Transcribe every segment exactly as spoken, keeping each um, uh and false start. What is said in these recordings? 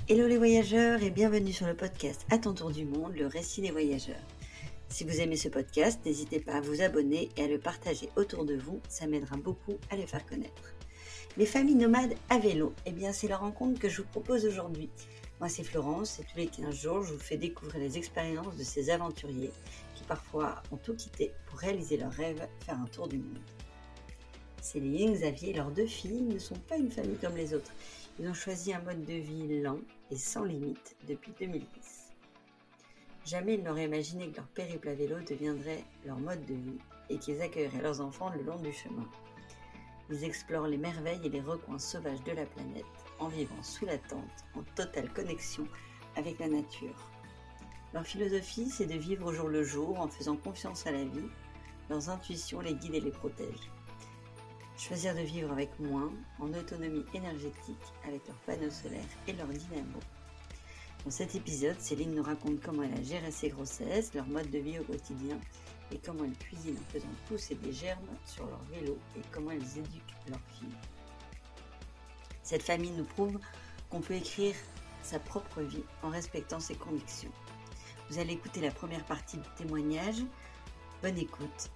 Hello les voyageurs et bienvenue sur le podcast À ton tour du monde, le récit des voyageurs. Si vous aimez ce podcast, n'hésitez pas à vous abonner et à le partager autour de vous, ça m'aidera beaucoup à le faire connaître. Les familles nomades à vélo, eh bien c'est la rencontre que je vous propose aujourd'hui. Moi c'est Florence et tous les quinze jours, je vous fais découvrir les expériences de ces aventuriers qui parfois ont tout quitté pour réaliser leur rêve, faire un tour du monde. Céline, Xavier et leurs deux filles ne sont pas une famille comme les autres. Ils ont choisi un mode de vie lent et sans limite depuis deux mille dix. Jamais ils n'auraient imaginé que leur périple à vélo deviendrait leur mode de vie et qu'ils accueilleraient leurs enfants le long du chemin. Ils explorent les merveilles et les recoins sauvages de la planète en vivant sous la tente, en totale connexion avec la nature. Leur philosophie, c'est de vivre au jour le jour en faisant confiance à la vie. Leurs intuitions les guident et les protègent. Choisir de vivre avec moins, en autonomie énergétique, avec leurs panneaux solaires et leurs dynamos. Dans cet épisode, Céline nous raconte comment elle a géré ses grossesses, leur mode de vie au quotidien et comment elle cuisine en faisant pousser des germes sur leur vélo et comment elles éduquent leurs filles. Cette famille nous prouve qu'on peut écrire sa propre vie en respectant ses convictions. Vous allez écouter la première partie du témoignage. Bonne écoute.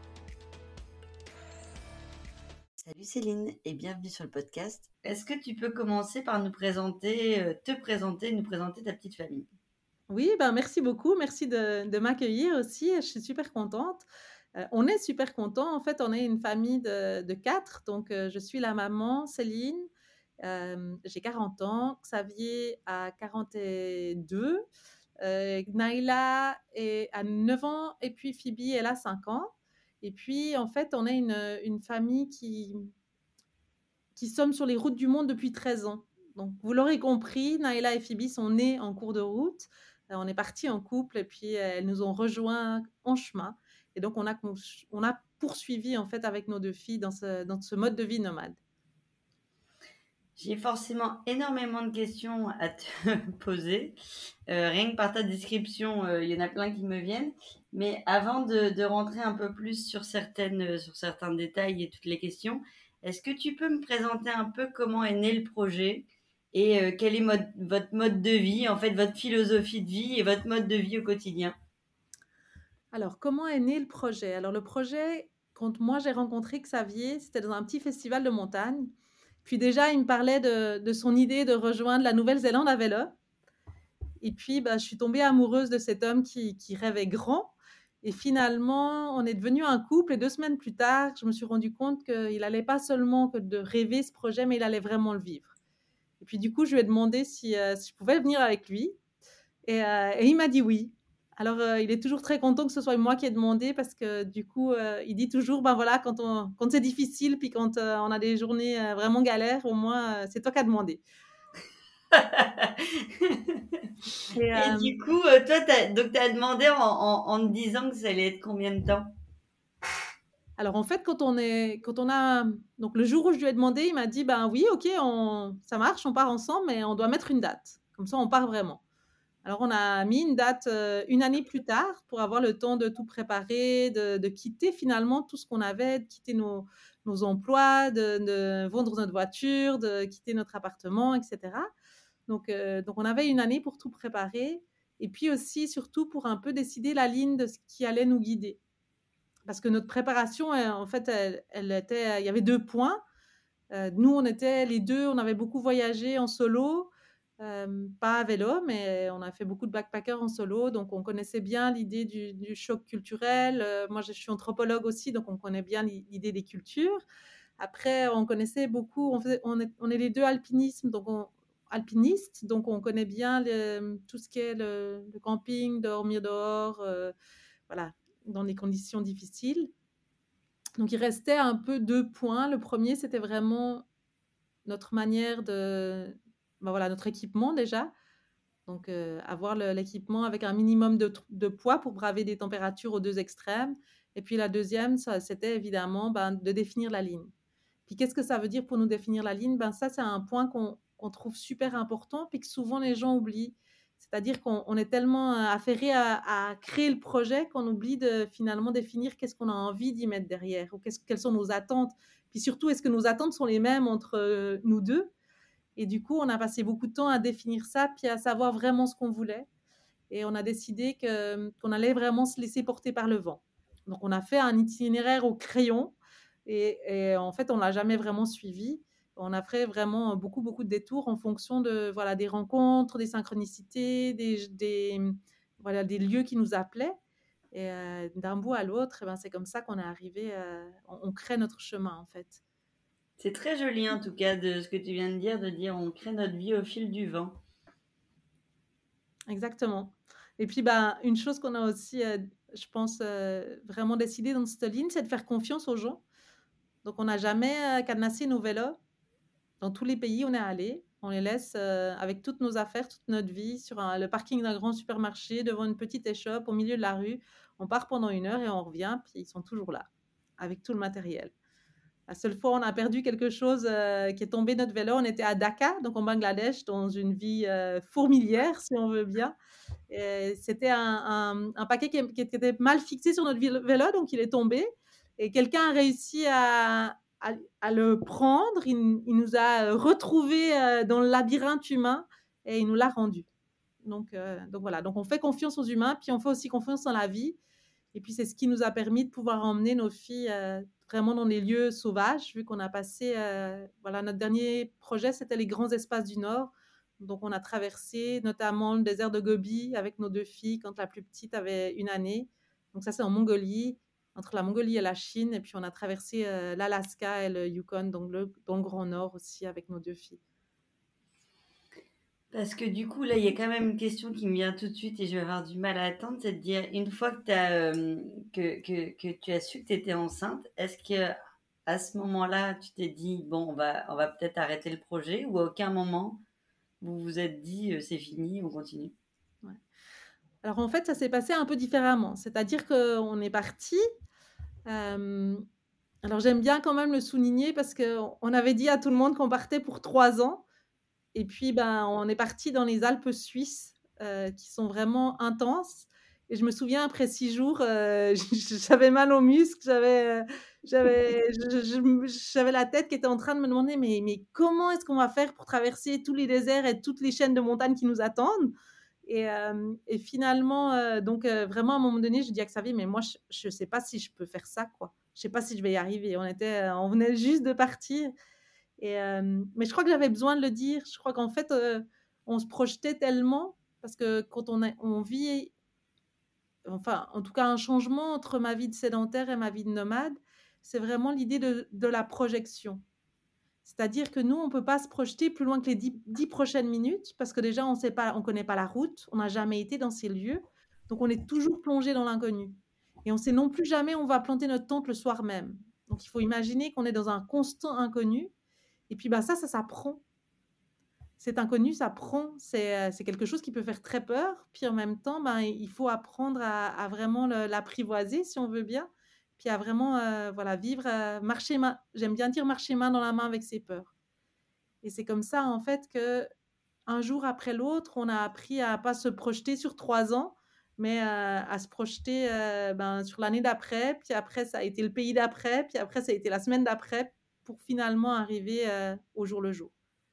Salut Céline et bienvenue sur le podcast. Est-ce que tu peux commencer par nous présenter, euh, te présenter, nous présenter ta petite famille? Oui, ben merci beaucoup. Merci de, de m'accueillir aussi. Je suis super contente. Euh, on est super content. En fait, on est une famille de, de quatre. Donc, euh, je suis la maman, Céline. Euh, j'ai quarante ans. Xavier a quarante-deux. Euh, Naïla est, a neuf ans. Et puis, Phoebe, elle a cinq ans. Et puis, en fait, on est une, une famille qui, qui sommes sur les routes du monde depuis treize ans. Donc, vous l'aurez compris, Naïla et Phoebe sont nées en cours de route. Euh, on est partis en couple et puis euh, elles nous ont rejoints en chemin. Et donc, on a, on a poursuivi en fait avec nos deux filles dans ce, dans ce mode de vie nomade. J'ai forcément énormément de questions à te poser. Euh, rien que par ta description, euh, il y en a plein qui me viennent. Mais avant de, de rentrer un peu plus sur, certaines, sur certains détails et toutes les questions, est-ce que tu peux me présenter un peu comment est né le projet et euh, quel est mode, votre mode de vie, en fait votre philosophie de vie et votre mode de vie au quotidien? Alors, comment est né le projet? Alors, le projet, quand moi j'ai rencontré Xavier, c'était dans un petit festival de montagne. Puis déjà, il me parlait de, de son idée de rejoindre la Nouvelle-Zélande à vélo. Et puis, bah, je suis tombée amoureuse de cet homme qui, qui rêvait grand. Et finalement, on est devenu un couple. Et deux semaines plus tard, je me suis rendu compte qu'il n'allait pas seulement que de rêver ce projet, mais il allait vraiment le vivre. Et puis, du coup, je lui ai demandé si, euh, si je pouvais venir avec lui. Et, euh, et il m'a dit oui. Alors, euh, il est toujours très content que ce soit moi qui ai demandé parce que du coup, euh, il dit toujours, ben voilà, quand, on, quand c'est difficile, puis quand euh, on a des journées euh, vraiment galères, au moins, euh, c'est toi qui as demandé. Et, Et euh, du coup, euh, toi, t'as, donc tu as demandé en, en, en te disant que ça allait être combien de temps? Alors en fait, quand on est, quand on a, donc le jour où je lui ai demandé, il m'a dit, ben oui, ok, on, ça marche, on part ensemble, mais on doit mettre une date. Comme ça, on part vraiment. Alors on a mis une date euh, une année plus tard pour avoir le temps de tout préparer, de, de quitter finalement tout ce qu'on avait, de quitter nos, nos emplois, de, de vendre notre voiture, de quitter notre appartement, et cetera. Donc, euh, donc on avait une année pour tout préparer et puis aussi surtout pour un peu décider la ligne de ce qui allait nous guider. Parce que notre préparation, en fait, elle, elle était, il y avait deux points. Euh, nous, on était les deux, on avait beaucoup voyagé en solo, euh, pas à vélo, mais on a fait beaucoup de backpackers en solo, donc on connaissait bien l'idée du, du choc culturel. Euh, moi, je suis anthropologue aussi, donc on connaît bien l'idée des cultures. Après, on connaissait beaucoup, on, faisait, on, est, on est les deux alpinisme, donc on, alpinistes, donc on connaît bien le, tout ce qui est le, le camping, dormir dehors, euh, voilà, dans des conditions difficiles. Donc, il restait un peu deux points. Le premier, c'était vraiment notre manière de... Ben voilà, notre équipement déjà. Donc, euh, avoir le, l'équipement avec un minimum de, de poids pour braver des températures aux deux extrêmes. Et puis, la deuxième, ça, c'était évidemment ben, de définir la ligne. Puis, qu'est-ce que ça veut dire pour nous définir la ligne? Ben, ça, c'est un point qu'on, qu'on trouve super important puis que souvent les gens oublient. C'est-à-dire qu'on on est tellement affairé à, à créer le projet qu'on oublie de finalement définir qu'est-ce qu'on a envie d'y mettre derrière ou qu'est-ce, quelles sont nos attentes. Puis surtout, est-ce que nos attentes sont les mêmes entre euh, nous deux? Et du coup, on a passé beaucoup de temps à définir ça, puis à savoir vraiment ce qu'on voulait. Et on a décidé que, qu'on allait vraiment se laisser porter par le vent. Donc, on a fait un itinéraire au crayon et, et en fait, on ne l'a jamais vraiment suivi. On a fait vraiment beaucoup, beaucoup de détours en fonction de, voilà, des rencontres, des synchronicités, des, des, voilà, des lieux qui nous appelaient. Et euh, d'un bout à l'autre, eh ben, c'est comme ça qu'on est arrivé, euh, on, on crée notre chemin en fait. C'est très joli en tout cas de ce que tu viens de dire, de dire on crée notre vie au fil du vent. Exactement. Et puis, bah, une chose qu'on a aussi, euh, je pense, euh, vraiment décidé dans cette ligne, c'est de faire confiance aux gens. Donc, on n'a jamais euh, cadenassé nos vélos. Dans tous les pays où on est allé, on les laisse euh, avec toutes nos affaires, toute notre vie, sur un- le parking d'un grand supermarché, devant une petite échoppe, au milieu de la rue. On part pendant une heure et on revient, puis ils sont toujours là, avec tout le matériel. La seule fois où on a perdu quelque chose euh, qui est tombé de notre vélo, on était à Dhaka, donc en Bangladesh, dans une vie euh, fourmilière, si on veut bien. Et c'était un, un- un paquet qui, qui était mal fixé sur notre vélo, donc il est tombé. Et quelqu'un a réussi à, à, à le prendre. Il, il nous a retrouvés euh, dans le labyrinthe humain et il nous l'a rendu. Donc, euh, donc voilà, donc on fait confiance aux humains, puis on fait aussi confiance en la vie. Et puis c'est ce qui nous a permis de pouvoir emmener nos filles euh, vraiment dans des lieux sauvages, vu qu'on a passé, euh, voilà, notre dernier projet, c'était les grands espaces du Nord. Donc on a traversé notamment le désert de Gobi avec nos deux filles quand la plus petite avait une année. Donc ça c'est en Mongolie, entre la Mongolie et la Chine. Et puis on a traversé euh, l'Alaska et le Yukon, donc le, dans le Grand Nord aussi avec nos deux filles. Parce que du coup, là, il y a quand même une question qui me vient tout de suite et je vais avoir du mal à attendre, c'est de dire, une fois que, t'as, euh, que, que, que tu as su que tu étais enceinte, est-ce que à ce moment-là, tu t'es dit, bon, on va, on va peut-être arrêter le projet, ou à aucun moment, vous vous êtes dit, euh, c'est fini, on continue? Ouais. Alors en fait, ça s'est passé un peu différemment. C'est-à-dire qu'on est parti. Euh, alors j'aime bien quand même le souligner parce qu'on avait dit à tout le monde qu'on partait pour trois ans. Et puis, ben, on est parti dans les Alpes suisses euh, qui sont vraiment intenses. Et je me souviens, après six jours, euh, j'avais mal aux muscles, j'avais, euh, j'avais, je- je- j'avais la tête qui était en train de me demander, mais, mais comment est-ce qu'on va faire pour traverser tous les déserts et toutes les chaînes de montagnes qui nous attendent? Et, euh, et finalement, euh, donc euh, vraiment à un moment donné, je dis à Xavier, mais moi, je ne sais pas si je peux faire ça, quoi. Je ne sais pas si je vais y arriver. On était, on venait juste de partir. Et, euh, mais je crois que j'avais besoin de le dire. Je crois qu'en fait, euh, on se projetait tellement parce que quand on, a, on vit, enfin, en tout cas, un changement entre ma vie de sédentaire et ma vie de nomade, c'est vraiment l'idée de, de la projection. C'est-à-dire que nous, on ne peut pas se projeter plus loin que les dix, dix prochaines minutes parce que déjà, on ne connaît pas la route, on n'a jamais été dans ces lieux. Donc, on est toujours plongé dans l'inconnu. Et on ne sait non plus jamais où on va planter notre tente le soir même. Donc, il faut imaginer qu'on est dans un constant inconnu. Et puis, bah, ça, ça s'apprend. Cet inconnu, ça prend. C'est, c'est quelque chose qui peut faire très peur. Puis en même temps, ben, il faut apprendre à, à vraiment le, l'apprivoiser, si on veut bien. Puis à vraiment euh, voilà, vivre, euh, marcher main, j'aime bien dire marcher main dans la main avec ses peurs. Et c'est comme ça, en fait, que un jour après l'autre, on a appris à pas se projeter sur trois ans, mais euh, à se projeter euh, ben, sur l'année d'après. Puis après, ça a été le pays d'après. Puis après, ça a été la semaine d'après pour finalement arriver euh, au jour le jour.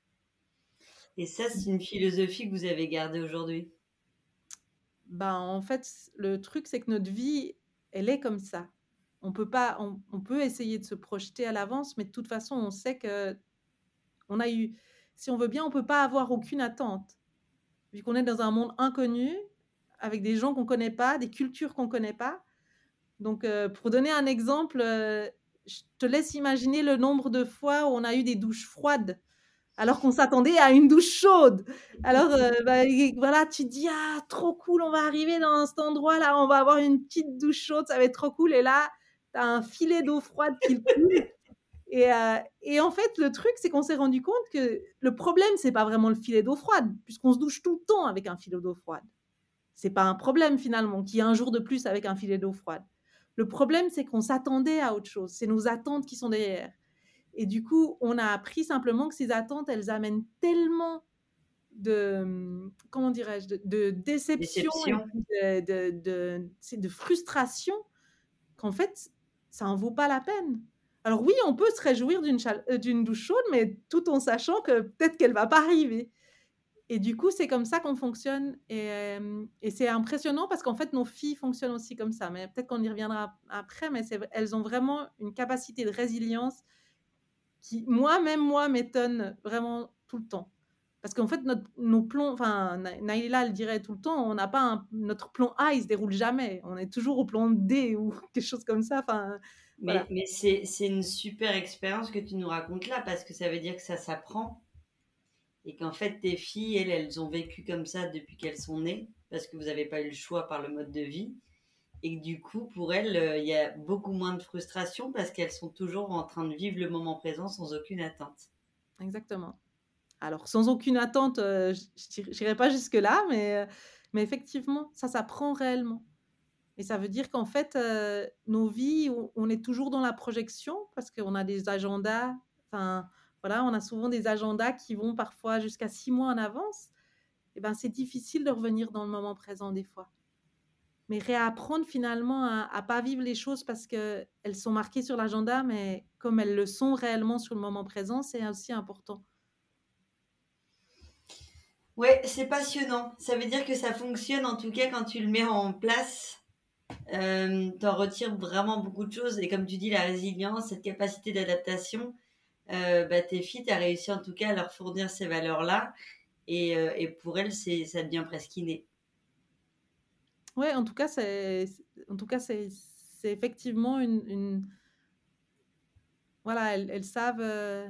Et ça, c'est une philosophie que vous avez gardée aujourd'hui? Ben, en fait, le truc, c'est que notre vie, elle est comme ça. On peut pas, on, on peut essayer de se projeter à l'avance, mais de toute façon, on sait que on a eu, si on veut bien, on peut pas avoir aucune attente, vu qu'on est dans un monde inconnu, avec des gens qu'on connaît pas, des cultures qu'on connaît pas. Donc, euh, pour donner un exemple, euh, je te laisse imaginer le nombre de fois où on a eu des douches froides alors qu'on s'attendait à une douche chaude. Alors, euh, bah, voilà, tu te dis, ah, trop cool, on va arriver dans cet endroit-là, on va avoir une petite douche chaude, ça va être trop cool. Et là, tu as un filet d'eau froide qui coule. Et, euh, et en fait, le truc, c'est qu'on s'est rendu compte que le problème, c'est pas vraiment le filet d'eau froide, puisqu'on se douche tout le temps avec un filet d'eau froide. C'est pas un problème finalement qu'il y ait un jour de plus avec un filet d'eau froide. Le problème, c'est qu'on s'attendait à autre chose. C'est nos attentes qui sont derrière. Et du coup, on a appris simplement que ces attentes, elles amènent tellement de, comment dirais-je, de, de déception Déception. et de, de, de, de frustration qu'en fait, ça en vaut pas la peine. Alors oui, on peut se réjouir d'une chal heu, d'une douche chaude, mais tout en sachant que peut-être qu'elle va pas arriver et du coup, c'est comme ça qu'on fonctionne et hem et c'est impressionnant parce qu'en fait, nos filles fonctionnent aussi comme ça, mais peut-être qu'on y reviendra après, mais c'est v elles ont vraiment une capacité de résilience qui, moi, même moi, m'étonne vraiment tout le temps. Parce qu'en fait, notre nos plombs enfin, Na Naïla le dirait tout le temps, on n'a pas un notre plomb A, il se déroule jamais. On est toujours au plomb D ou quelque chose comme ça, enfin, Mais, voilà. mais c'est, c'est une super expérience que tu nous racontes là, parce que ça veut dire que ça s'apprend et qu'en fait, tes filles, elles, elles ont vécu comme ça depuis qu'elles sont nées, parce que vous n'avez pas eu le choix par le mode de vie. Et que du coup, pour elles, euh, il y a beaucoup moins de frustration parce qu'elles sont toujours en train de vivre le moment présent sans aucune attente. Exactement. Alors sans aucune attente, heu, j j'irai j'irai pas jusque-là, mais, heu, mais effectivement, ça s'apprend réellement et ça veut dire qu'en fait, heu, nos vies, on on est toujours dans la projection parce qu'on a des agendas, enfin, voilà, on a souvent des agendas qui vont parfois jusqu'à six mois en avance et ben, c'est difficile de revenir dans le moment présent des fois. Mais réapprendre finalement à à pas vivre les choses parce qu'elles sont marquées sur l'agenda, mais comme elles le sont réellement sur le moment présent, c'est aussi important. Ouais, c'est passionnant. Ça veut dire que ça fonctionne en tout cas quand tu le mets en place. Euh, t'en retires vraiment beaucoup de choses. Et comme tu dis, la résilience, cette capacité d'adaptation, euh, bah, tes filles, tu as réussi en tout cas à leur fournir ces valeurs-là. Et, euh, et pour elles, c'est, ça devient presque inné. Ouais, en tout cas, c'est c en tout cas, c'est c'est effectivement une une voilà, elles elles savent, heu,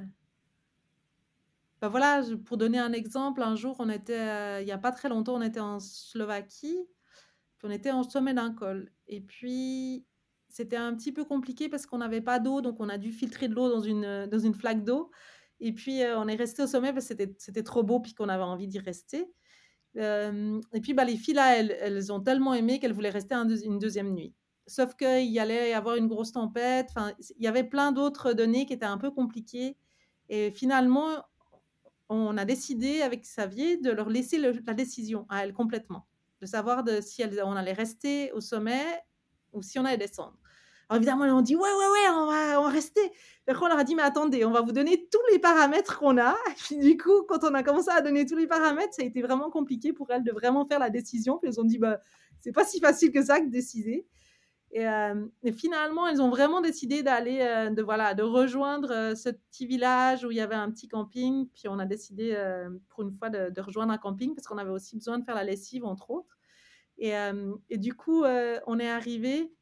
bah, voilà, je pour donner un exemple, un jour, on était, heu, il y a pas très longtemps, on était en Slovaquie, puis on était en sommet d'un col et puis c'était un petit peu compliqué parce qu'on n'avait pas d'eau, donc on a dû filtrer de l'eau dans une, heu, dans une flaque d'eau et puis, heu, on est resté au sommet parce que c'était c'était trop beau puis qu'on avait envie d'y rester. Hem et puis, bah, les filles là, elles elles ont tellement aimé qu'elles voulaient rester un deuxi une deuxième nuit. Sauf qu'il y allait y avoir une grosse tempête, enfin, c il y avait plein d'autres données qui étaient un peu compliquées et finalement, on a décidé avec Xavier de leur laisser le la décision à elles complètement, de savoir de si elles on allait rester au sommet ou si on allait descendre. Alors évidemment, elles ont dit: «Ouais, ouais, ouais, on va on va rester». Puis après on leur a dit: «Mais attendez, on va vous donner tous les paramètres qu'on a». Et puis du coup, quand on a commencé à donner tous les paramètres, ça a été vraiment compliqué pour elles de vraiment faire la décision. Puis elles ont dit: «Bah, c'est pas si facile que ça que de décider». Et, hem, et finalement, elles ont vraiment décidé d'aller, heu, de voilà, de rejoindre, heu, ce petit village où il y avait un petit camping. Puis on a décidé, heu, pour une fois de de rejoindre un camping parce qu'on avait aussi besoin de faire la lessive, entre autres. Et hem, et du coup, heu, on est arrivés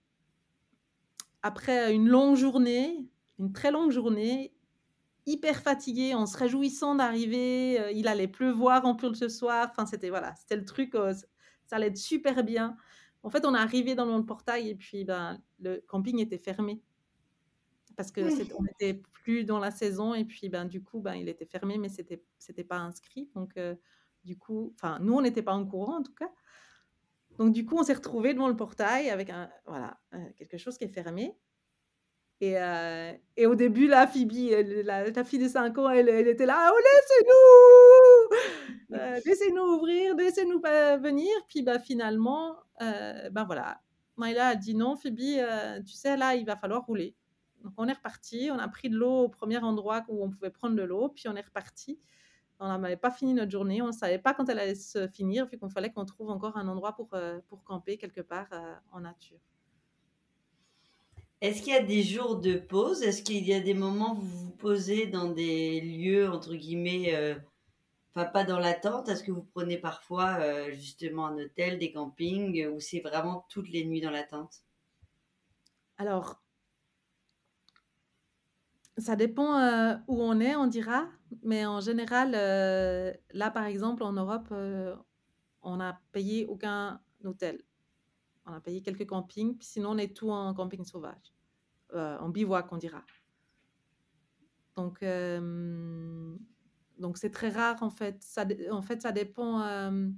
après une longue journée, une très longue journée, hyper fatigués, en se réjouissant d'arriver, heu, il allait pleuvoir en plus ce soir, enfin c'était voilà, c'était le truc, heu, ç ça allait être super bien. En fait, on est arrivés dans le portail et puis, ben, le camping était fermé parce que c'est on était plus dans la saison et puis, ben, du coup, ben, il était fermé mais c'était c'était pas inscrit donc heu, du coup enfin, nous, on n'était pas au courant en tout cas. Donc du coup, on s'est retrouvés devant le portail avec un voilà, heu, quelque chose qui est fermé. Et heu et au début, là, Phoebe, elle la ta fille de cinq ans, elle elle était là: «Oh laissez-nous! Heu, laissez-nous ouvrir, laissez-nous pas venir». Puis, bah, finalement, heu, ben, voilà, Maïla a dit: «Non Phoebe, heu, tu sais, là, il va falloir rouler». Donc on est repartis, on a pris de l'eau au premier endroit où on pouvait prendre de l'eau, puis on est repartis. On n'avait pas fini notre journée, on ne savait pas quand elle allait se finir, vu qu'on fallait qu'on trouve encore un endroit pour, heu, pour camper quelque part, heu, en nature. Est-ce qu'il y a des jours de pause? Est-ce qu'il y a des moments où vous vous posez dans des lieux, entre guillemets, euh, enfin pas dans l'attente? Est-ce que vous prenez parfois euh, justement un hôtel, des campings, ou c'est vraiment toutes les nuits dans l'attente? Alors ça dépend, heu, où on est, on dira, mais en général, heu, là, par exemple, en Europe, heu, on n'a payé aucun hôtel. On a payé quelques campings, puis sinon on est tout en camping sauvage, heu, en bivouac, on dira. Donc hem, donc c'est très rare en fait. Ça dé en fait, ça dépend, hem,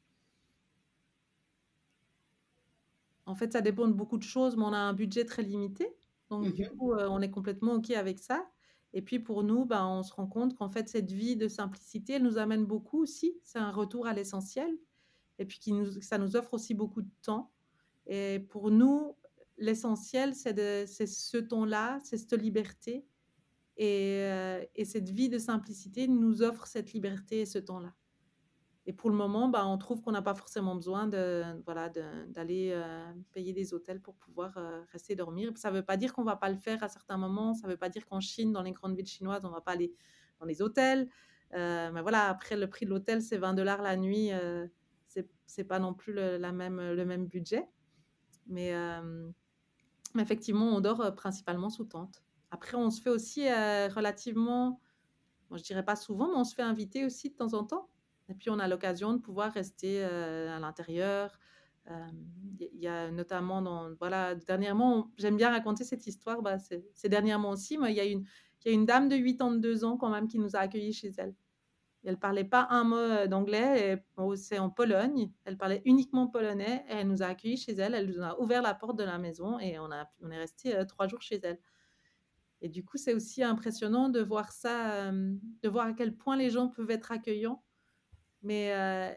en fait, ça dépend de beaucoup de choses, mais on a un budget très limité. Donc du Mhm. coup, heu, on est complètement OK avec ça et puis pour nous, ben, on se rend compte qu'en fait, cette vie de simplicité, elle nous amène beaucoup aussi. C'est un retour à l'essentiel et puis qui nous ça nous offre aussi beaucoup de temps et pour nous, l'essentiel, c'est, de, c'est ce ton-là, c'est cette liberté. Et, euh, et cette vie de simplicité nous offre cette liberté et ce temps-là. Et pour le moment, bah, on trouve qu'on n'a pas forcément besoin de, voilà, de, d'aller euh, payer des hôtels pour pouvoir euh, rester dormir. Ça ne veut pas dire qu'on ne va pas le faire à certains moments. Ça ne veut pas dire qu'en Chine, dans les grandes villes chinoises, on ne va pas aller dans les hôtels. Euh, mais voilà, après, le prix de l'hôtel, c'est vingt dollars la nuit. Euh, ce n'est pas non plus le, la même, le même budget. Mais, euh, mais effectivement, on dort euh, principalement sous tente. Après, on se fait aussi euh, relativement, bon, je dirais pas souvent, mais on se fait inviter aussi de temps en temps. Et puis, on a l'occasion de pouvoir rester euh, à l'intérieur. Il euh, y, y a notamment, dans, voilà, dernièrement, on, j'aime bien raconter cette histoire. Bah, c'est, c'est dernièrement aussi, mais il y a une, y a une dame de quatre-vingt-deux ans quand même qui nous a accueillis chez elle. Et elle parlait pas un mot d'anglais. Et, bon, c'est en Pologne. Elle parlait uniquement polonais. Et elle nous a accueillis chez elle. Elle nous a ouvert la porte de la maison et on, a, on est resté euh, trois jours chez elle. Et du coup, c'est aussi impressionnant de voir ça, euh, de voir à quel point les gens peuvent être accueillants. Mais euh,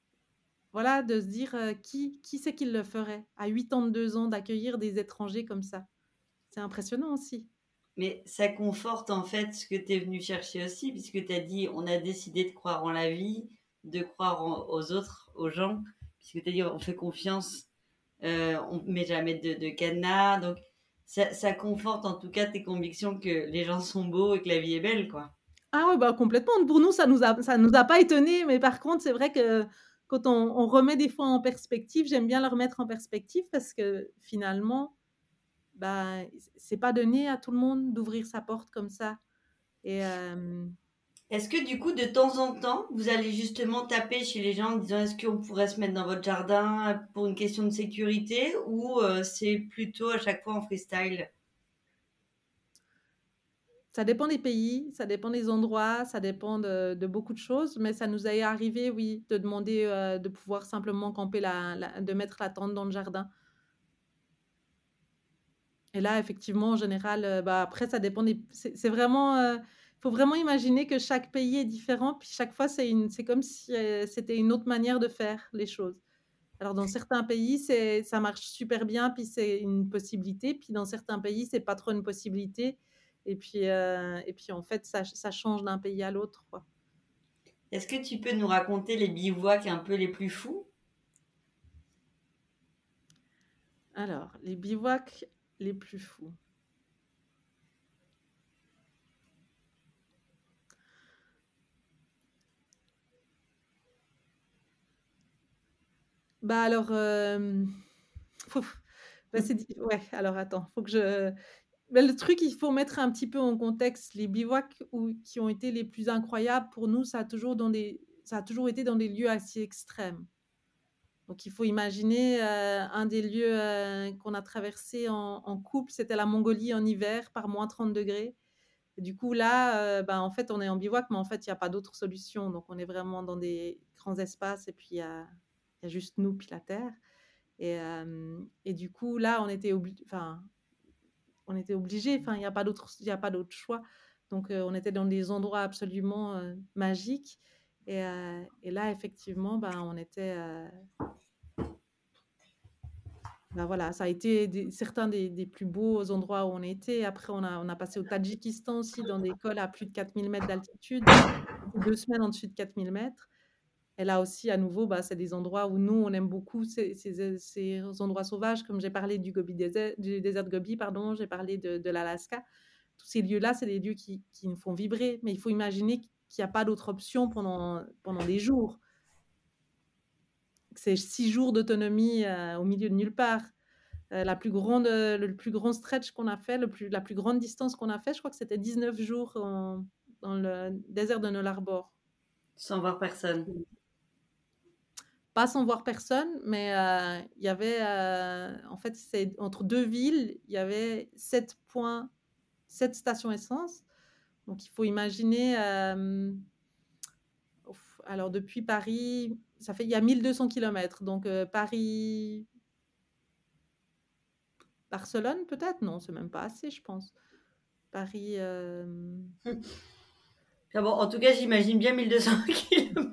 voilà, de se dire euh, qui, qui c'est qui le ferait à quatre-vingt-deux ans d'accueillir des étrangers comme ça. C'est impressionnant aussi. Mais ça conforte en fait ce que tu es venu chercher aussi, puisque tu as dit on a décidé de croire en la vie, de croire en, aux autres, aux gens, puisque tu as dit on fait confiance, euh, on ne met jamais de, de cadenas. Donc ça, ça conforte en tout cas tes convictions que les gens sont beaux et que la vie est belle, quoi. Ah oui, bah complètement. Pour nous, ça nous a, ça nous a pas étonnés. Mais par contre, c'est vrai que quand on, on remet des fois en perspective, j'aime bien le remettre en perspective parce que finalement, bah, c'est pas donné à tout le monde d'ouvrir sa porte comme ça. Et euh... est-ce que du coup, de temps en temps, vous allez justement taper chez les gens en disant est-ce qu'on pourrait se mettre dans votre jardin pour une question de sécurité, ou euh, c'est plutôt à chaque fois en freestyle? Ça dépend des pays, ça dépend des endroits, ça dépend de, de beaucoup de choses, mais ça nous est arrivé, oui, de demander euh, de pouvoir simplement camper, la, la, de mettre la tente dans le jardin. Et là, effectivement, en général, euh, bah, après, ça dépend des... C'est, c'est vraiment... Il euh, faut vraiment imaginer que chaque pays est différent, puis chaque fois, c'est, une, c'est comme si euh, c'était une autre manière de faire les choses. Alors, dans certains pays, c'est, ça marche super bien, puis c'est une possibilité, puis dans certains pays, c'est pas trop une possibilité. Et puis, euh, et puis en fait, ça, ça change d'un pays à l'autre, quoi. Est-ce que tu peux nous raconter les bivouacs un peu les plus fous? Alors, les bivouacs les plus fous. Bah alors, euh... bah, c'est... ouais, alors attends, faut que je... Mais le truc, il faut mettre un petit peu en contexte. Les bivouacs où, qui ont été les plus incroyables pour nous, ça a toujours, dans des, ça a toujours été dans des lieux assez extrêmes. Donc, il faut imaginer euh, un des lieux euh, qu'on a traversé en, en couple, c'était la Mongolie en hiver, par moins trente degrés. Et du coup, là, euh, ben, en fait, on est en bivouac, mais en fait, il n'y a pas d'autre solution. Donc, on est vraiment dans des grands espaces et puis il y a, y a juste nous puis la terre. Et, euh, et du coup, là, on était obligé... Enfin, on était obligé, enfin, il n'y a pas d'autre, il n'y a pas d'autre choix. Donc, euh, on était dans des endroits absolument euh, magiques. Et, euh, et là, effectivement, ben, on était... Euh... Ben, voilà, ça a été des, certains des, des plus beaux endroits où on était. Après, on a, on a passé au Tadjikistan aussi, dans des cols à plus de quatre mille mètres d'altitude. Deux semaines en dessus de quatre mille mètres. Et là aussi, à nouveau, bah, c'est des endroits où nous, on aime beaucoup ces, ces, ces endroits sauvages. Comme j'ai parlé du, Gobi désert, du désert de Gobi, pardon, j'ai parlé de, de l'Alaska. Tous ces lieux-là, c'est des lieux qui, qui nous font vibrer. Mais il faut imaginer qu'il n'y a pas d'autre option pendant, pendant des jours. C'est six jours d'autonomie euh, au milieu de nulle part. Euh, la plus grande, euh, le plus grand stretch qu'on a fait, le plus, la plus grande distance qu'on a fait, je crois que c'était dix-neuf jours en, dans le désert de Nullarbor. Sans voir personne. Pas sans voir personne, mais euh, il y avait, euh, en fait, c'est entre deux villes, il y avait sept points, sept stations essence. Donc, il faut imaginer, euh, ouf, alors depuis Paris, ça fait, il y a mille deux cents kilomètres. Donc, euh, Paris, Barcelone, peut-être? Non, c'est même pas assez, je pense. Paris. Euh... Ah bon, en tout cas, j'imagine bien mille deux cents kilomètres.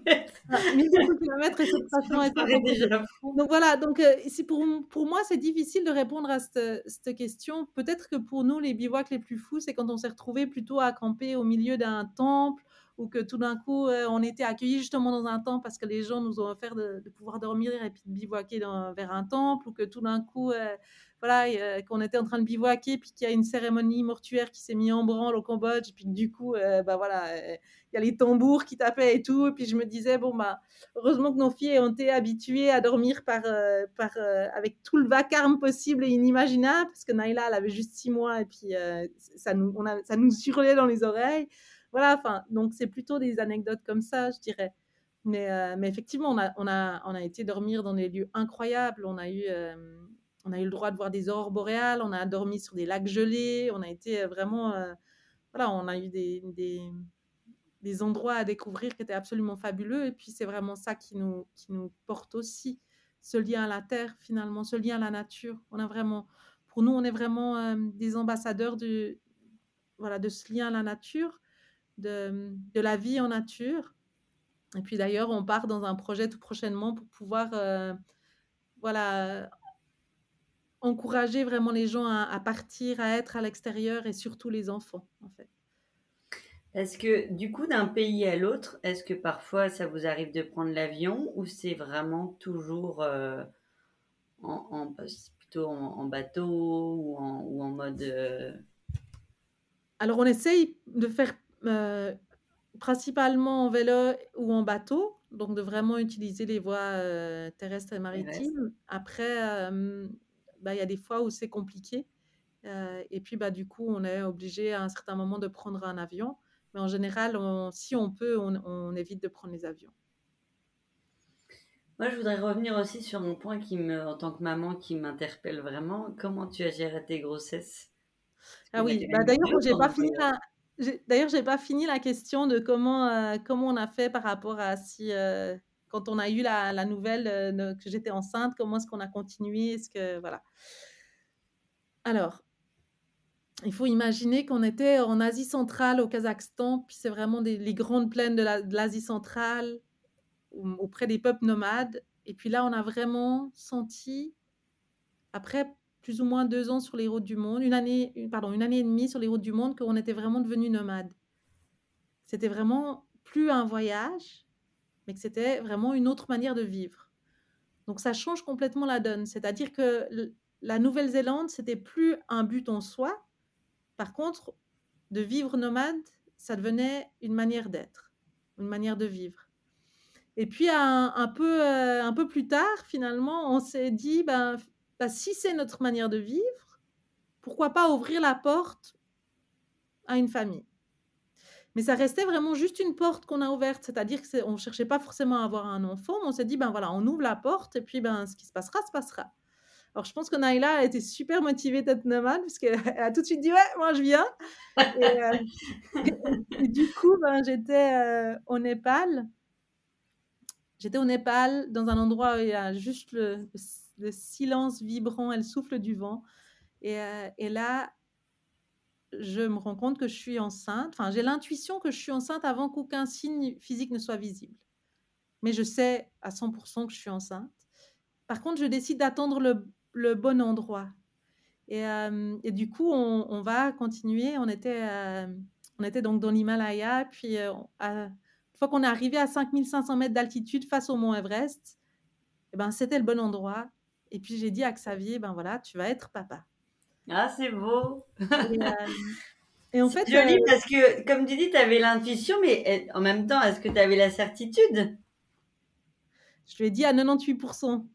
Ah, mille deux cents kilomètres et cette Ça passion me est paraît cinquante euros. déjà fou. Donc voilà, donc heu, c'est pour m pour moi, c'est difficile de répondre à cette cette question. Peut-être que pour nous, les bivouacs les plus fous, c'est quand on s'est retrouvés plutôt à camper au milieu d'un temple ou que tout d'un coup, heu, on était accueillis justement dans un temple parce que les gens nous ont offert de de pouvoir dormir et puis de bivouaquer dans vers un temple ou que tout d'un coup, heu, voilà, et heu, qu'on était en train de bivouaquer puis qu'il y a une cérémonie mortuaire qui s'est mis en branle au Cambodge puis que du coup, heu, bah, voilà, heu, il y a les tambours qui tapaient et tout et puis je me disais: «Bon, bah, heureusement que nos filles ont été habituées à dormir par, euh, par, euh, avec tout le vacarme possible et inimaginable, parce que Naïla, elle avait juste six mois et puis euh, ça, nous, on a, ça nous hurlait dans les oreilles. Voilà, enfin, donc c'est plutôt des anecdotes comme ça, je dirais. Mais, euh, mais effectivement, on a, on, a, on a été dormir dans des lieux incroyables. On a eu, euh, on a eu le droit de voir des aurores boréales, on a dormi sur des lacs gelés, on a été vraiment... euh, voilà, on a eu des, des, des endroits à découvrir qui étaient absolument fabuleux. Et puis, c'est vraiment ça qui nous, qui nous porte aussi, ce lien à la terre, finalement, ce lien à la nature. On a vraiment, pour nous, on est vraiment euh, des ambassadeurs de, voilà, de ce lien à la nature, de, de la vie en nature. Et puis, d'ailleurs, on part dans un projet tout prochainement pour pouvoir, euh, voilà, encourager vraiment les gens à, à partir, à être à l'extérieur et surtout les enfants, en fait. Est-ce que du coup, d'un pays à l'autre, est-ce que parfois ça vous arrive de prendre l'avion ou c'est vraiment toujours euh, en, en- plutôt en, en bateau ou en, ou en mode... euh, Alors, on essaye de faire euh, principalement en vélo ou en bateau, donc de vraiment utiliser les voies euh, terrestres et terrestre? maritimes. Après, euh, bah, il y a des fois où c'est compliqué. Euh, et puis, bah, du coup, on est obligé à un certain moment de prendre un avion. Mais en général, on- si on peut, on, on évite de prendre les avions. Moi, je voudrais revenir aussi sur un point qui me, en tant que maman, qui m'interpelle vraiment. Comment tu as géré tes grossesses? Parce Ah que ça a oui, quand bah, même été d'ailleurs, dur j'ai pas pendant le fini voyage. la, j'ai- d'ailleurs, j'ai pas fini la question de comment, euh, comment on a fait par rapport à si, euh, quand on a eu la, la nouvelle euh, de- que j'étais enceinte, comment est-ce qu'on a continué, est-ce que, voilà. Alors, il faut imaginer qu'on était en Asie centrale, au Kazakhstan, puis c'est vraiment des, les grandes plaines de la- de l'Asie centrale, où- auprès des peuples nomades. Et puis là, on a vraiment senti, après plus ou moins deux ans sur les routes du monde, une année, une- pardon, une année et demie sur les routes du monde, qu'on était vraiment devenus nomades. C'était vraiment plus un voyage, mais que c'était vraiment une autre manière de vivre. Donc ça change complètement la donne. C'est-à-dire que l- la Nouvelle-Zélande, c'était plus un but en soi. Par contre, de vivre nomade, ça devenait une manière d'être, une manière de vivre. Et puis un, un peu, euh, un peu plus tard, finalement, on s'est dit, ben, ben, si c'est notre manière de vivre, pourquoi pas ouvrir la porte à une famille. Mais ça restait vraiment juste une porte qu'on a ouverte, c'est-à-dire qu'on ne cherchait pas forcément à avoir un enfant, mais on s'est dit, ben voilà, on ouvre la porte et puis ben, ce qui se passera, se passera. Alors je pense que Naïla a été super motivée d'être nomade, puisqu'elle a tout de suite dit, ouais, moi je viens. Et, euh, et du coup, ben, j'étais euh, au Népal. J'étais au Népal, dans un endroit où il y a juste le, le silence vibrant et le souffle du vent. Et, euh, et là, je me rends compte que je suis enceinte. Enfin, j'ai l'intuition que je suis enceinte avant qu'aucun signe physique ne soit visible. Mais je sais à cent pour cent que je suis enceinte. Par contre, je décide d'attendre le, le bon endroit. Et, euh, et du coup, on, on va continuer. On était, euh, on était donc dans l'Himalaya. Puis, euh, à, une fois qu'on est arrivé à cinq mille cinq cents mètres d'altitude face au mont Everest, eh ben, c'était le bon endroit. Et puis, j'ai dit à Xavier, ben voilà, tu vas être papa. Ah, c'est beau. Et, euh, et en C'est fait, euh, joli parce que, comme tu dis, tu avais l'intuition, mais eh, en même temps, est-ce que tu avais la certitude? je lui ai dit à quatre-vingt-dix-huit pour cent.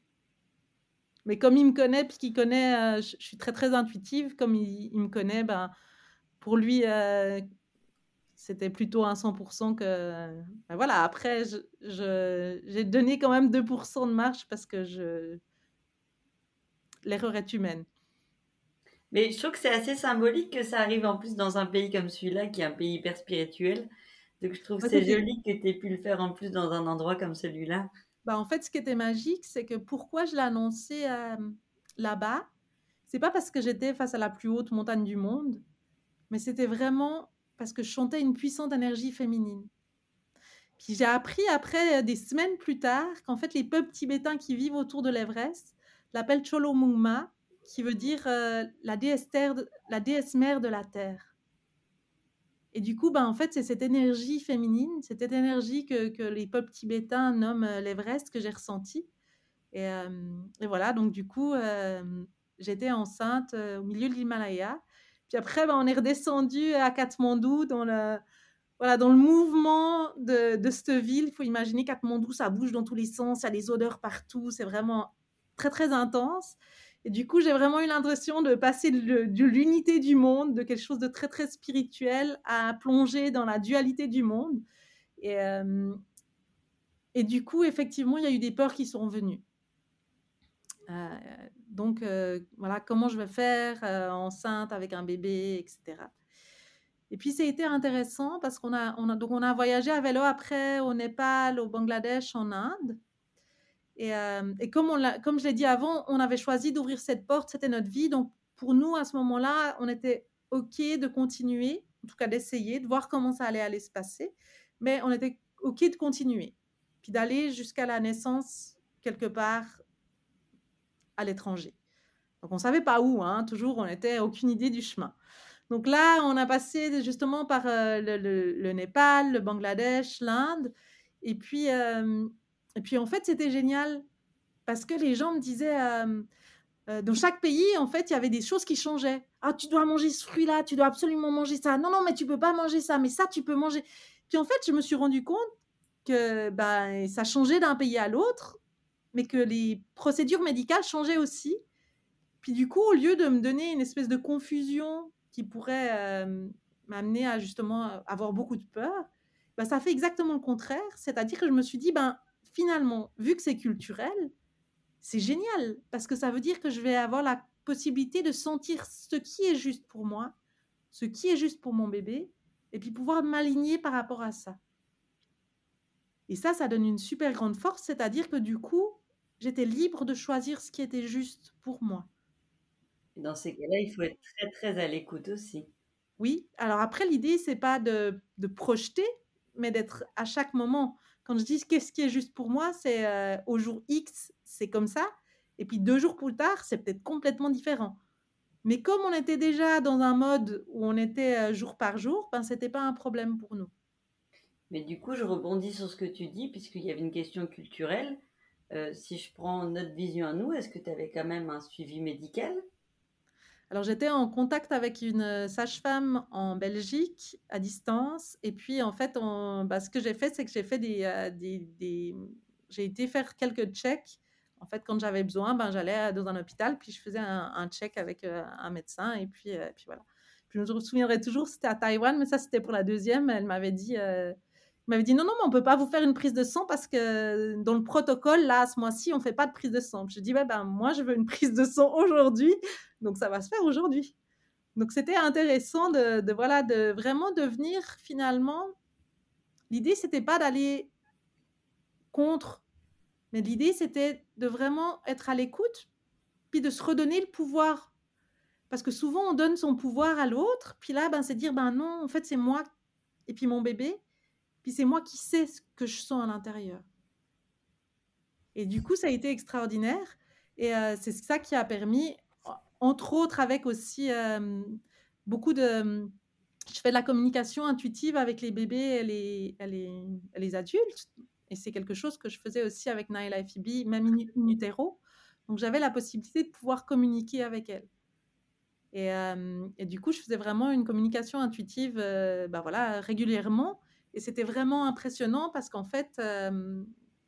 Mais comme il me connaît, puisqu'il connaît, euh, je, je suis très très intuitive, comme il, il me connaît, ben, pour lui, euh, c'était plutôt un cent pour cent que... Ben voilà, après, je, je, j'ai donné quand même deux pour cent de marge parce que je... l'erreur est humaine. Mais je trouve que c'est assez symbolique que ça arrive en plus dans un pays comme celui-là, qui est un pays hyper spirituel. Donc je trouve que Ben, c'est c'était, joli que tu aies pu le faire en plus dans un endroit comme celui-là. ben, en fait, ce qui était magique, c'est que pourquoi je l'ai annoncé euh, là-bas, c'est pas parce que j'étais face à la plus haute montagne du monde, mais c'était vraiment parce que je chantais une puissante énergie féminine. Puis j'ai appris après, des semaines plus tard, qu'en fait, les peuples tibétains qui vivent autour de l'Everest l'appellent Cholomungma, qui veut dire euh, la, déesse terre de- la déesse mère de la terre. Et du coup, ben, en fait, c'est cette énergie féminine, cette énergie que, que les peuples tibétains nomment euh, l'Everest que j'ai ressentie. Et, euh, et voilà, donc du coup, euh, j'étais enceinte euh, au milieu de l'Himalaya. Puis après, ben, on est redescendu à Katmandou dans le, voilà, dans le mouvement de, de cette ville. Il faut imaginer Katmandou, ça bouge dans tous les sens, il y a des odeurs partout, c'est vraiment très, très intense. Et du coup, j'ai vraiment eu l'impression de passer de, de l'unité du monde, de quelque chose de très, très spirituel, à plonger dans la dualité du monde. Et, euh, et du coup, effectivement, il y a eu des peurs qui sont venues. Euh, donc, euh, voilà, comment je vais faire euh, enceinte avec un bébé, et cetera. Et puis, ça a été intéressant parce qu'on a, on a, donc on a voyagé à vélo après au Népal, au Bangladesh, en Inde. Et, euh, et comme, on l'a, comme je l'ai dit avant, on avait choisi d'ouvrir cette porte, c'était notre vie. Donc, pour nous, à ce moment-là, on était OK de continuer, en tout cas d'essayer, de voir comment ça allait aller se passer. Mais on était OK de continuer. Puis d'aller jusqu'à la naissance, quelque part, à l'étranger. Donc, on ne savait pas où, hein, toujours, on n'était aucune idée du chemin. Donc là, on a passé justement par euh, le, le, le Népal, le Bangladesh, l'Inde. Et puis, euh, et puis, en fait, c'était génial parce que les gens me disaient, euh, euh, dans chaque pays, en fait, il y avait des choses qui changeaient. Ah, tu dois manger ce fruit-là, tu dois absolument manger ça. Non, non, mais tu peux pas manger ça, mais ça, tu peux manger. Puis en fait, je me suis rendu compte que ben, ça changeait d'un pays à l'autre, mais que les procédures médicales changeaient aussi. Puis du coup, au lieu de me donner une espèce de confusion qui pourrait euh, m'amener à justement avoir beaucoup de peur, ben, ça fait exactement le contraire. C'est-à-dire que je me suis dit, ben, finalement, vu que c'est culturel, c'est génial parce que ça veut dire que je vais avoir la possibilité de sentir ce qui est juste pour moi, ce qui est juste pour mon bébé, et puis pouvoir m'aligner par rapport à ça. Et ça, ça donne une super grande force, c'est-à-dire que du coup, j'étais libre de choisir ce qui était juste pour moi. Dans ces cas-là, il faut être très, très à l'écoute aussi. Oui, alors après, l'idée, c'est pas de, de projeter, mais d'être à chaque moment. Quand je dis qu'est-ce qui est juste pour moi, c'est euh, au jour X, c'est comme ça, et puis deux jours plus tard, c'est peut-être complètement différent. Mais comme on était déjà dans un mode où on était euh, jour par jour, ben, c'était pas un problème pour nous. Mais du coup, je rebondis sur ce que tu dis, puisqu'il y avait une question culturelle. Euh, si je prends notre vision à nous, est-ce que tu avais quand même un suivi médical? Alors, j'étais en contact avec une euh, sage-femme en Belgique à distance. Et puis, en fait, on, bah, ce que j'ai fait, c'est que j'ai fait des, euh, des, des- j'ai été faire quelques checks. En fait, quand j'avais besoin, ben, j'allais dans un hôpital, puis je faisais un, un check avec euh, un médecin. Et puis, euh, puis voilà. Puis je me souviendrai toujours, c'était à Taïwan, mais ça, c'était pour la deuxième. Elle m'avait dit, euh, il m'avait dit non, non, mais on peut pas vous faire une prise de sang parce que dans le protocole, là, à ce mois-ci, on fait pas de prise de sang. Puis je dis, ouais, ben, moi, je veux une prise de sang aujourd'hui. Donc, ça va se faire aujourd'hui. Donc, c'était intéressant de, de, voilà, de vraiment devenir finalement. L'idée, c'était pas d'aller contre, mais l'idée, c'était de vraiment être à l'écoute, puis de se redonner le pouvoir. Parce que souvent, on donne son pouvoir à l'autre, puis là, ben, c'est dire, ben non, en fait, c'est moi et puis mon bébé, puis c'est moi qui sais ce que je sens à l'intérieur. Et du coup, ça a été extraordinaire. Et euh, c'est ça qui a permis, entre autres, avec aussi euh, beaucoup de. Je fais de la communication intuitive avec les bébés et les, et les, et les adultes. Et c'est quelque chose que je faisais aussi avec Naila et Phoebe, même in, in utero. Donc, j'avais la possibilité de pouvoir communiquer avec elles. Et, euh, et du coup, je faisais vraiment une communication intuitive euh, ben voilà, régulièrement. Et c'était vraiment impressionnant parce qu'en fait, euh,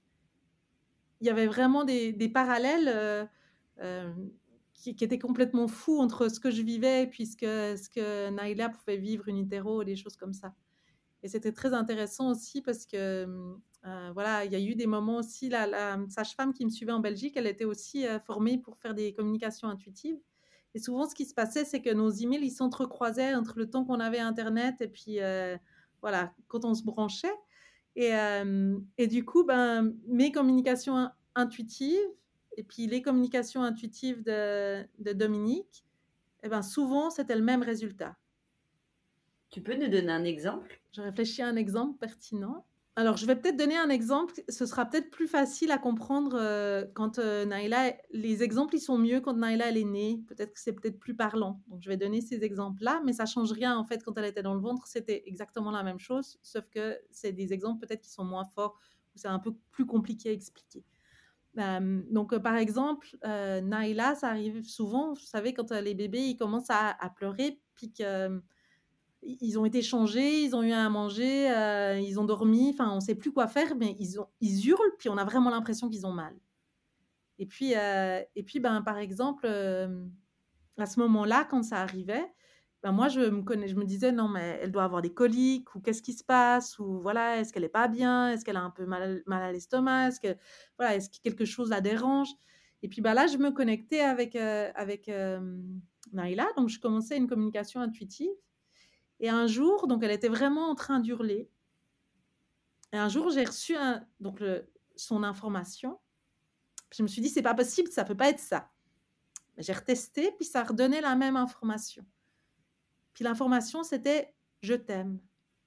il y avait vraiment des, des parallèles euh, euh, qui, qui étaient complètement fous entre ce que je vivais et puis ce que, ce que Naila pouvait vivre in utero, des choses comme ça. Et c'était très intéressant aussi parce que euh, voilà, il y a eu des moments aussi, la, la sage-femme qui me suivait en Belgique, elle était aussi euh, formée pour faire des communications intuitives. Et souvent, ce qui se passait, c'est que nos emails, ils s'entrecroisaient entre le temps qu'on avait Internet et puis euh, voilà, quand on se branchait. Et, euh, et du coup, ben, mes communications intuitives et puis les communications intuitives de, de Dominique, eh ben, souvent, c'était le même résultat. Tu peux nous donner un exemple? Je réfléchis à un exemple pertinent. Alors, je vais peut-être donner un exemple. Ce sera peut-être plus facile à comprendre euh, quand euh, Naïla... Les exemples, ils sont mieux quand Naïla, elle est née. Peut-être que c'est peut-être plus parlant. Donc, je vais donner ces exemples-là, mais ça change rien. En fait, quand elle était dans le ventre, c'était exactement la même chose, sauf que c'est des exemples peut-être qui sont moins forts, où c'est un peu plus compliqué à expliquer. Euh, donc, euh, par exemple, euh, Naïla, ça arrive souvent, vous savez, quand euh, les bébés, ils commencent à, à pleurer, puis que... euh, ils ont été changés, ils ont eu à manger, euh, ils ont dormi, enfin, on ne sait plus quoi faire, mais ils, ont, ils hurlent, puis on a vraiment l'impression qu'ils ont mal. Et puis, euh, et puis ben, par exemple, euh, à ce moment-là, quand ça arrivait, ben, moi, je me, connais, je me disais, non, mais elle doit avoir des coliques, ou qu'est-ce qui se passe, ou voilà, est-ce qu'elle n'est pas bien, est-ce qu'elle a un peu mal, mal à l'estomac, est-ce que, voilà, est-ce que quelque chose la dérange. Et puis ben, là, je me connectais avec, euh, avec euh, Naïla, donc je commençais une communication intuitive. Et un jour, donc elle était vraiment en train d'hurler. Et un jour, j'ai reçu un, donc le, son information. Puis je me suis dit, c'est pas possible, ça peut pas être ça. J'ai retesté, puis ça redonnait la même information. Puis l'information, c'était « je t'aime ».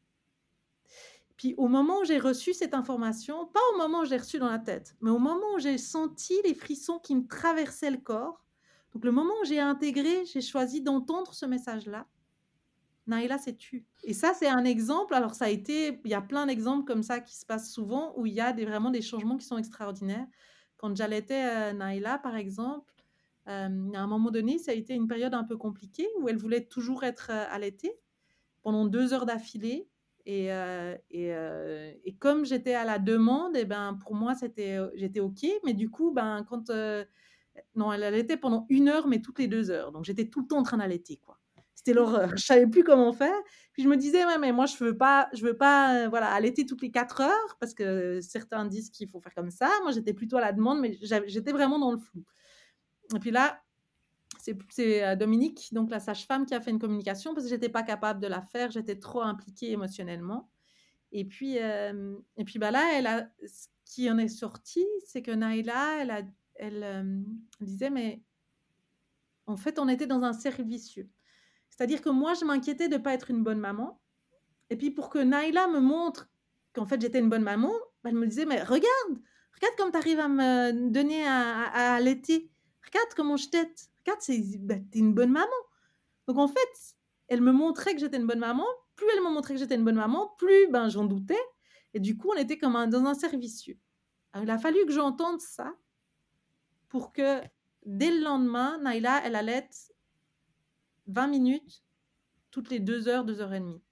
Puis au moment où j'ai reçu cette information, pas au moment où je l'ai reçue dans la tête, mais au moment où j'ai senti les frissons qui me traversaient le corps, donc le moment où j'ai intégré, j'ai choisi d'entendre ce message-là, Naïla s'est tue. Et ça, c'est un exemple. Alors, ça a été... Il y a plein d'exemples comme ça qui se passent souvent où il y a des, vraiment des changements qui sont extraordinaires. Quand j'allaitais euh, Naïla, par exemple, euh, à un moment donné, ça a été une période un peu compliquée où elle voulait toujours être euh, allaitée pendant deux heures d'affilée. Et, euh, et, euh, et comme j'étais à la demande, et ben, pour moi, c'était, j'étais OK. Mais du coup, ben, quand... Euh, non, elle allaitait pendant une heure, mais toutes les deux heures. Donc, j'étais tout le temps en train d'allaiter, quoi. C'était l'horreur. Je savais plus comment faire. Puis je me disais, ouais, mais moi, je veux pas, je veux pas, euh, voilà, allaiter toutes les quatre heures parce que certains disent qu'il faut faire comme ça. Moi, j'étais plutôt à la demande, mais j'étais vraiment dans le flou. Et puis là, c'est, c'est Dominique, donc la sage-femme, qui a fait une communication parce que j'étais pas capable de la faire. J'étais trop impliquée émotionnellement. Et puis, euh, et puis bah là, elle a, ce qui en est sorti, c'est que Naïla, elle, a, elle euh, disait, mais en fait, on était dans un cercle vicieux. C'est-à-dire que moi, je m'inquiétais de ne pas être une bonne maman. Et puis, pour que Naïla me montre qu'en fait, j'étais une bonne maman, elle me disait, mais regarde, regarde comme tu arrives à me donner à, à, à allaiter. Regarde comment je t'aide. Regarde, c'est, ben, t'es une bonne maman. Donc, en fait, elle me montrait que j'étais une bonne maman. Plus elle me montrait que j'étais une bonne maman, plus ben, j'en doutais. Et du coup, on était comme un, dans un cercle vicieux. Alors, il a fallu que j'entende ça pour que, dès le lendemain, Naïla, elle allaite vingt minutes toutes les deux heures, deux heures et demie.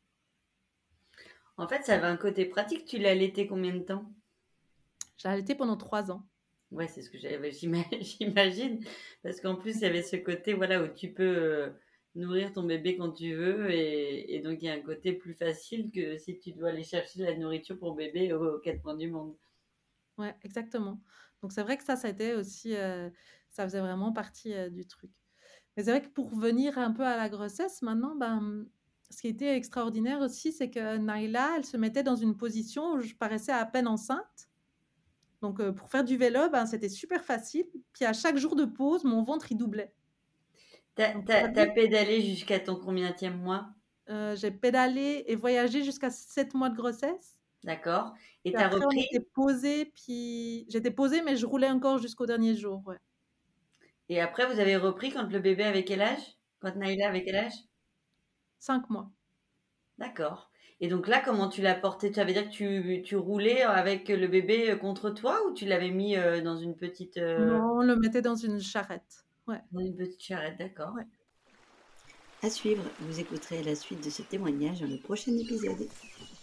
En fait, ça avait un côté pratique. Tu l'as allaité combien de temps? J'ai allaité pendant trois ans. Ouais, c'est ce que j'avais, j'imagine. Parce qu'en plus, il y avait ce côté, voilà, où tu peux euh, nourrir ton bébé quand tu veux. Et, et donc, il y a un côté plus facile que si tu dois aller chercher de la nourriture pour bébé aux, aux quatre coins du monde. Ouais, exactement. Donc, c'est vrai que ça, ça a été aussi, euh, ça faisait vraiment partie euh, du truc. Mais c'est vrai que pour venir un peu à la grossesse, maintenant, ben, ce qui était extraordinaire aussi, c'est que Naïla, elle se mettait dans une position où je paraissais à peine enceinte. Donc, euh, pour faire du vélo, ben, c'était super facile. Puis, à chaque jour de pause, mon ventre, il doublait. T'as, Donc, t'as, t'as pédalé jusqu'à ton combienième mois? euh, j'ai pédalé et voyagé jusqu'à sept mois de grossesse. D'accord. Et Puis t'as après, on repris? était posé, puis j'étais posée, mais je roulais encore jusqu'au dernier jour. Ouais. Et après, vous avez repris quand le bébé avait quel âge? Quand Naïla avait quel âge? Cinq mois. D'accord. Et donc là, comment tu l'as porté? Ça veut dire que tu, tu roulais avec le bébé contre toi ou tu l'avais mis euh, dans une petite, euh, Non, on le mettait dans une charrette. Ouais. dans une petite charrette, d'accord. Ouais. À suivre, vous écouterez la suite de ce témoignage dans le prochain épisode.